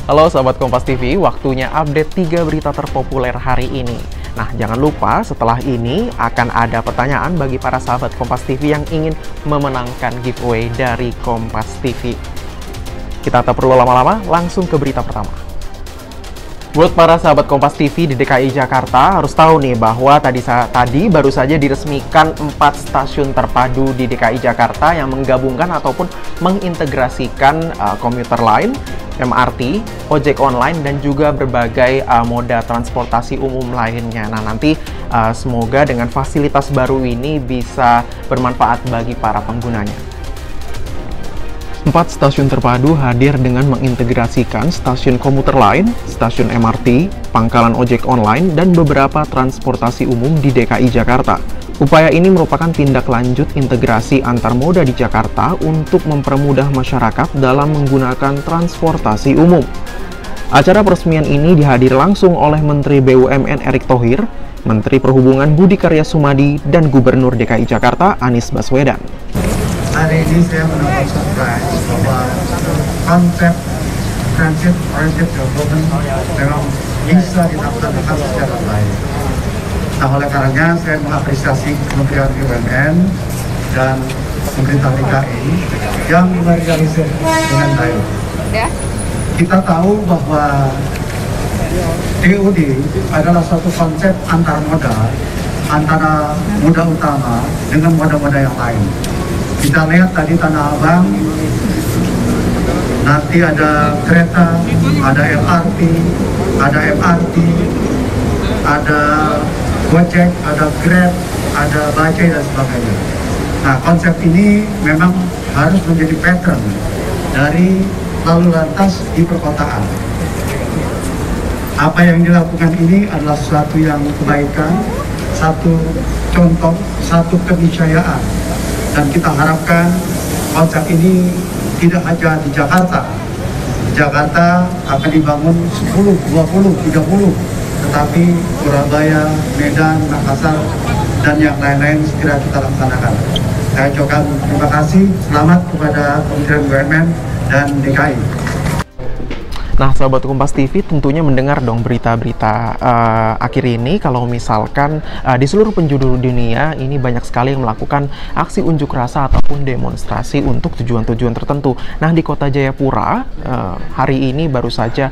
Halo sahabat Kompas TV, waktunya update 3 berita terpopuler hari ini. Nah, jangan lupa setelah ini akan ada pertanyaan bagi para sahabat Kompas TV yang ingin memenangkan giveaway dari Kompas TV. Kita tak perlu lama-lama, langsung ke berita pertama. Buat para sahabat Kompas TV di DKI Jakarta harus tahu nih bahwa tadi baru saja diresmikan 4 stasiun terpadu di DKI Jakarta yang menggabungkan ataupun mengintegrasikan komuter lain, MRT, ojek online, dan juga berbagai moda transportasi umum lainnya. Nah, nanti semoga dengan fasilitas baru ini bisa bermanfaat bagi para penggunanya. 4 stasiun terpadu hadir dengan mengintegrasikan stasiun komuter lain, stasiun MRT, pangkalan ojek online, dan beberapa transportasi umum di DKI Jakarta. Upaya ini merupakan tindak lanjut integrasi antar moda di Jakarta untuk mempermudah masyarakat dalam menggunakan transportasi umum. Acara peresmian ini dihadiri langsung oleh Menteri BUMN Erick Thohir, Menteri Perhubungan Budi Karya Sumadi, dan Gubernur DKI Jakarta Anies Baswedan. Hari ini saya mendapat surprise bahwa konsep transit oriented development memang bisa dilaksanakan secara baik. Nah, oleh karenanya saya mengapresiasi Kementerian BUMN dan pemerintah DKI yang merealisir dengan baik. Kita tahu bahwa TOD adalah suatu konsep antar moda, antara moda utama dengan moda-moda yang lain. Kita lihat tadi Tanah Abang, nanti ada kereta, ada LRT, ada MRT, ada Gojek, ada Grab, ada Bajaj, dan sebagainya. Nah, konsep ini memang harus menjadi pattern dari lalu lintas di perkotaan. Apa yang dilakukan ini adalah sesuatu yang kebaikan, satu contoh, satu keniscayaan. Dan kita harapkan konsep ini tidak hanya di Jakarta. Di Jakarta akan dibangun 10, 20, 30, tetapi Surabaya, Medan, Makassar, dan yang lain-lain segera kita laksanakan. Saya ucapkan terima kasih, selamat kepada Kementerian BUMN dan DKI. Nah, sahabat Kompas TV tentunya mendengar dong berita-berita akhir ini kalau misalkan di seluruh penjuru dunia ini banyak sekali yang melakukan aksi unjuk rasa ataupun demonstrasi untuk tujuan-tujuan tertentu. Nah, di kota Jayapura hari ini baru saja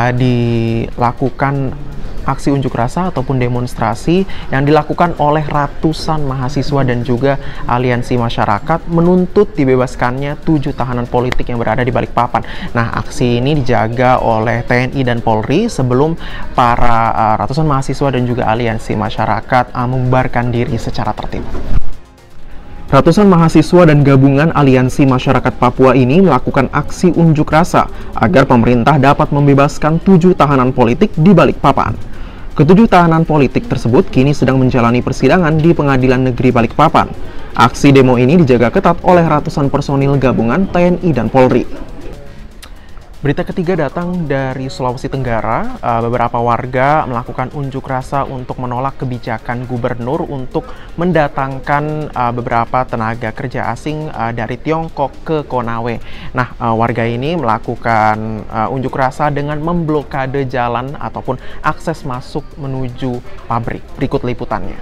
dilakukan aksi unjuk rasa ataupun demonstrasi yang dilakukan oleh ratusan mahasiswa dan juga aliansi masyarakat menuntut dibebaskannya 7 tahanan politik yang berada di Balikpapan. Nah, aksi ini dijaga oleh TNI dan Polri sebelum para ratusan mahasiswa dan juga aliansi masyarakat membubarkan diri secara tertib. Ratusan mahasiswa dan gabungan aliansi masyarakat Papua ini melakukan aksi unjuk rasa agar pemerintah dapat membebaskan 7 tahanan politik di Balikpapan. Ketujuh tahanan politik tersebut kini sedang menjalani persidangan di Pengadilan Negeri Balikpapan. Aksi demo ini dijaga ketat oleh ratusan personil gabungan TNI dan Polri. Berita ketiga datang dari Sulawesi Tenggara. Beberapa warga melakukan unjuk rasa untuk menolak kebijakan gubernur untuk mendatangkan beberapa tenaga kerja asing dari Tiongkok ke Konawe. Nah, warga ini melakukan unjuk rasa dengan memblokade jalan ataupun akses masuk menuju pabrik. Berikut liputannya.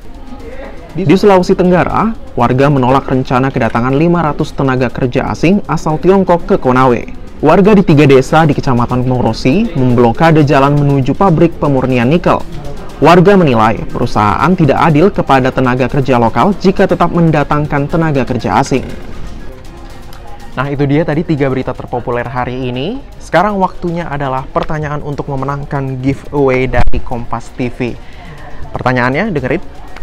Di Sulawesi Tenggara, warga menolak rencana kedatangan 500 tenaga kerja asing asal Tiongkok ke Konawe. Warga di 3 desa di Kecamatan Morosi memblokade jalan menuju pabrik pemurnian nikel. Warga menilai perusahaan tidak adil kepada tenaga kerja lokal jika tetap mendatangkan tenaga kerja asing. Nah, itu dia tadi 3 berita terpopuler hari ini. Sekarang waktunya adalah pertanyaan untuk memenangkan giveaway dari Kompas TV. Pertanyaannya, dengerin.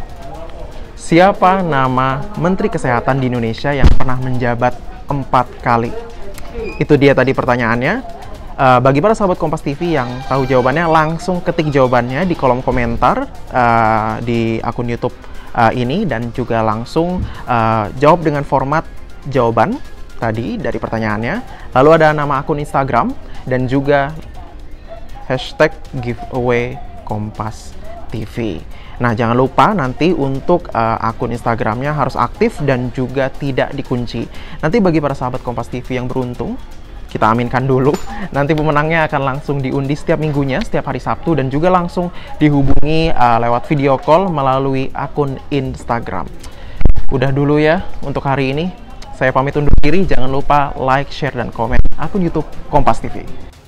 Siapa nama Menteri Kesehatan di Indonesia yang pernah menjabat 4 kali? Itu dia tadi pertanyaannya. Bagi para sahabat Kompas TV yang tahu jawabannya, langsung ketik jawabannya di kolom komentar di akun YouTube ini, dan juga langsung jawab dengan format jawaban tadi dari pertanyaannya. Lalu ada nama akun Instagram dan juga hashtag giveaway Kompas TV. Nah, jangan lupa nanti untuk akun Instagramnya harus aktif dan juga tidak dikunci. Nanti bagi para sahabat Kompas TV yang beruntung, Kita aminkan dulu. Nanti pemenangnya akan langsung diundi setiap minggunya, setiap hari Sabtu, dan juga langsung dihubungi lewat video call melalui akun Instagram. Udah dulu ya untuk hari ini. Saya pamit undur diri. Jangan lupa like, share, dan komen akun YouTube Kompas TV.